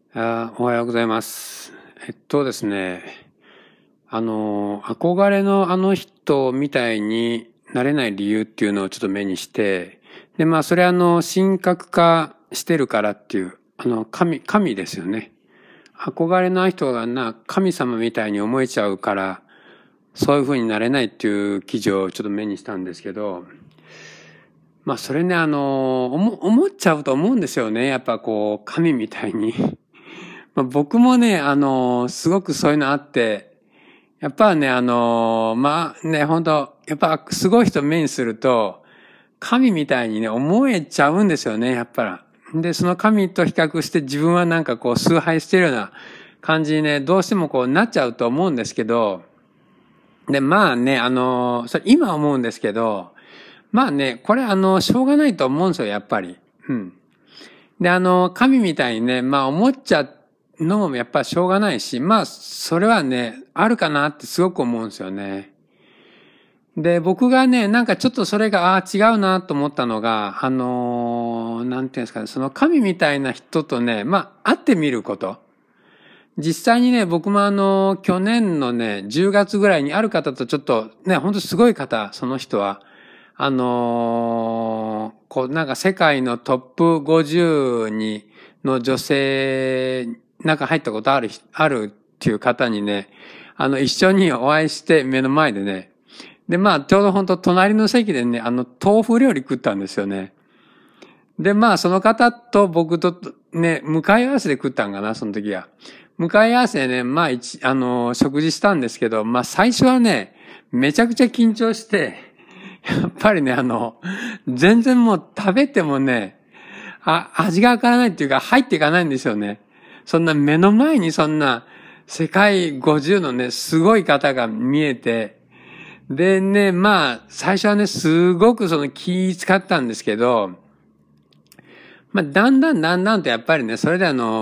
おはようございます。ですね、憧れのあの人みたいになれない理由っていうのをちょっと目にして、で、それ神格化してるからっていう、神ですよね。憧れの人が神様みたいに思えちゃうから、そういう風になれないっていう記事をちょっと目にしたんですけど、それね、思っちゃうと思うんですよね。やっぱ神みたいに。僕もね、すごくそういうのあって、やっぱね、本当やっぱすごい人目にすると、神みたいにね、思えちゃうんですよね、やっぱり。で、その神と比較して自分は崇拝してるような感じにね、どうしてもなっちゃうと思うんですけど、で、それ今思うんですけど、これしょうがないと思うんですよ、やっぱり。うん。で、神みたいにね、思っちゃうのもやっぱしょうがないし、それはね、あるかなってすごく思うんですよね。で、僕がね、ちょっとそれが、違うなと思ったのが、なんていうんですかね、その神みたいな人とね、会ってみること。実際にね、僕も去年のね、10月ぐらいにある方とちょっとね、ほんとすごい方、その人は、世界のトップ50の女性、入ったことあるっていう方にね、一緒にお会いして目の前でね、で、ちょうどほんと隣の席でね、豆腐料理食ったんですよね。で、その方と僕とね、向かい合わせで食ったんかな、その時は。向かい合わせでね、食事したんですけど、最初はね、めちゃくちゃ緊張して、やっぱりね、全然もう食べてもね、味がわからないっていうか入っていかないんですよね。そんな目の前にそんな世界50のね、すごい方が見えて、でね、最初はね、すごくその気使ったんですけど、だんだんとやっぱりね、それで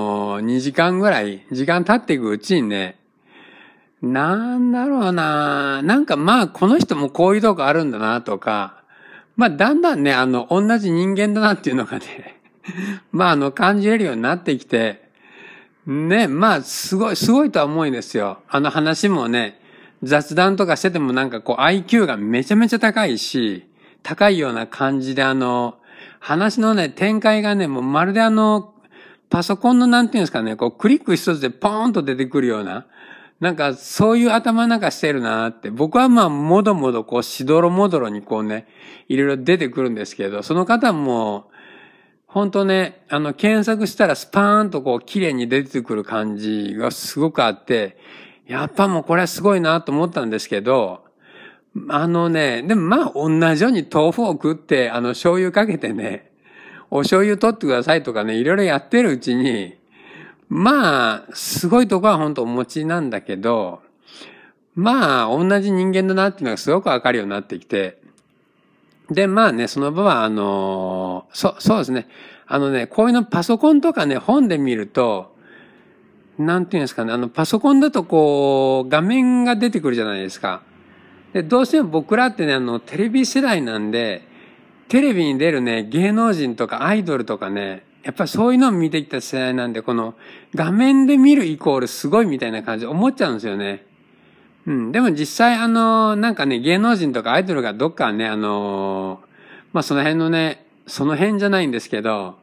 2時間ぐらい、時間経っていくうちにね、なんだろうな、この人もこういうとこあるんだなとか、だんだんね、同じ人間だなっていうのがね、感じれるようになってきて、ね、すごいとは思うんですよ。話もね、雑談とかしててもIQ がめちゃめちゃ高いし、高いような感じで話のね、展開がね、もうまるでパソコンのなんていうんですかね、クリック一つでポーンと出てくるような、そういう頭してるなって。僕はもどもどしどろもどろにね、いろいろ出てくるんですけど、その方も、本当ね、検索したらスパーンと綺麗に出てくる感じがすごくあって、やっぱもうこれはすごいなと思ったんですけど、でも同じように豆腐を食って、醤油かけてね、お醤油取ってくださいとかね、いろいろやってるうちに、すごいとこは本当お持ちなんだけど、同じ人間だなっていうのがすごくわかるようになってきて、で、その場は、そうですね。こういうのパソコンとかね、本で見ると、なんていうんですかね、パソコンだと画面が出てくるじゃないですか。で、どうしても僕らってね、テレビ世代なんで、テレビに出るね、芸能人とかアイドルとかね、やっぱりそういうのを見てきた世代なんで、画面で見るイコールすごいみたいな感じで思っちゃうんですよね。うん。でも実際芸能人とかアイドルがどっかね、その辺のね、その辺じゃないんですけど、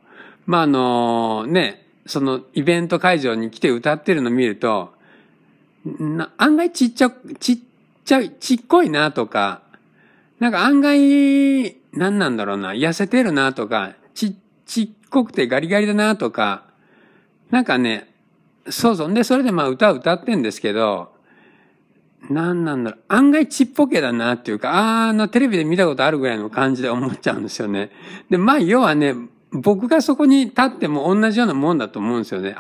そのイベント会場に来て歌ってるの見ると、案外ちっこいなとか、案外、何なんだろうな、痩せてるなとか、ちっこくてガリガリだなとか、そうそう。で、それで歌を歌ってんですけど、なんだろう、案外ちっぽけだなっていうか、テレビで見たことあるぐらいの感じで思っちゃうんですよね。で、要はね、僕がそこに立っても同じようなもんだと思うんですよね。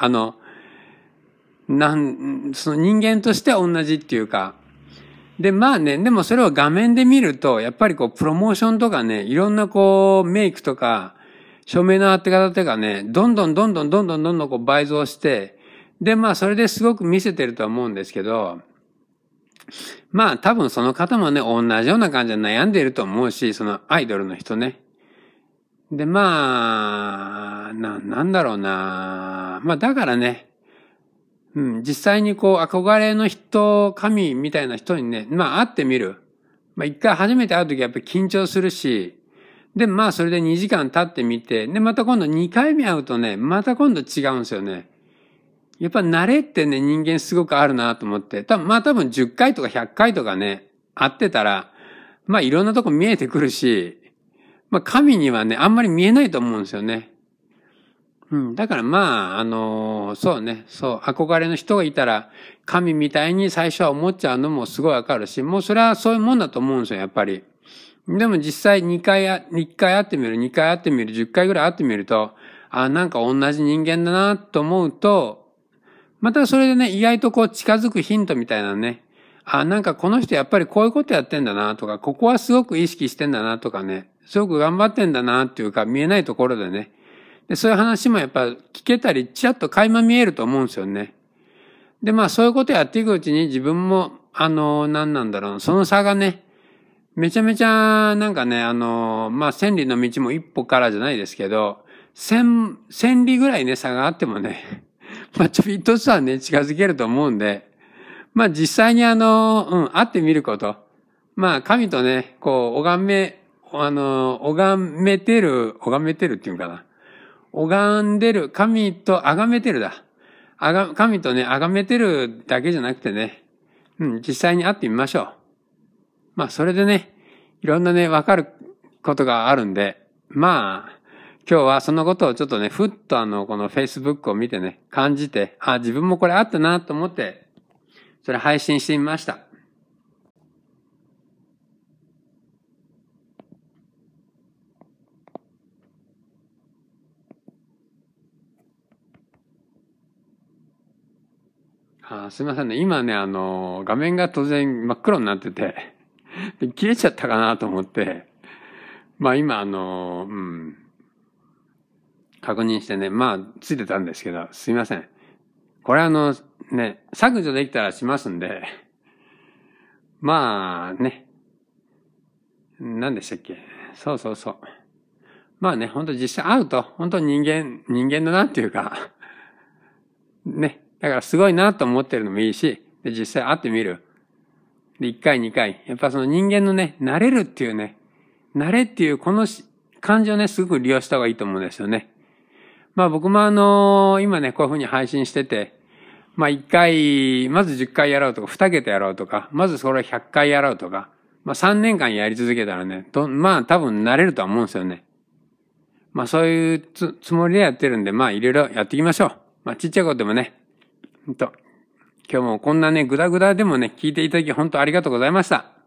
その人間としては同じっていうか。で、でもそれを画面で見ると、やっぱりプロモーションとかね、いろんなメイクとか、照明の当て方とかね、どんどん倍増して、で、それですごく見せてるとは思うんですけど、多分その方もね、同じような感じで悩んでいると思うし、そのアイドルの人ね。で、なんだろうな。だからね、 実際にこう憧れの人、神みたいな人にね、会ってみる。一回初めて会うときはやっぱり緊張するし、で、それで2時間経ってみて、で、また今度2回目会うとね、また今度違うんですよね。やっぱ慣れってね、人間すごくあるなと思って、多分10回とか100回とかね、会ってたら、いろんなとこ見えてくるし、神にはね、あんまり見えないと思うんですよね。だからそうね、憧れの人がいたら、神みたいに最初は思っちゃうのもすごいわかるし、もうそれはそういうもんだと思うんですよ、やっぱり。でも実際1回会ってみる、2回会ってみる、10回ぐらい会ってみると、なんか同じ人間だなと思うと、またそれでね、意外とこう近づくヒントみたいなね、なんかこの人やっぱりこういうことやってんだなとか、ここはすごく意識してんだなとかね、すごく頑張ってんだなっていうか、見えないところでね、で、そういう話もやっぱ聞けたり、ちらっと垣間見えると思うんですよね。で、そういうことやっていくうちに自分も、何なんだろう、その差がね、めちゃめちゃ、なんかね、千里の道も一歩からじゃないですけど、千里ぐらいね、差があってもね、ちょびっとずつはね、近づけると思うんで、実際に会ってみること。神とね、こう、拝めてるっていうかな。拝んでる、神と崇めてるだ。神とね、崇めてるだけじゃなくてね、実際に会ってみましょう。それでね、いろんなね、わかることがあるんで、今日はそのことをちょっとね、ふっとこの Facebook を見てね、感じて、自分もこれあったなと思って、それ配信してみました。すいませんね。今ね、画面が突然真っ黒になってて、で切れちゃったかなと思って、今確認してね、ついてたんですけど、すいません。これね、削除できたらしますんで、ね、何でしたっけ。そう。本当実際会うと、本当人間だなっていうか、ね、だからすごいなと思ってるのもいいし、で実際会ってみる。で、1回、2回。やっぱその人間のね、慣れるっていうね、慣れっていうこの感情をね、すごく利用した方がいいと思うんですよね。僕も今ね、こういうふうに配信してて、1回、まず10回やろうとか、2桁やろうとか、まずそれを100回やろうとか、3年間やり続けたらね、多分慣れるとは思うんですよね。そういうつもりでやってるんで、いろいろやっていきましょう。ちっちゃいことでもね、今日もこんなね、ぐだぐだでもね、聞いていただき本当ありがとうございました。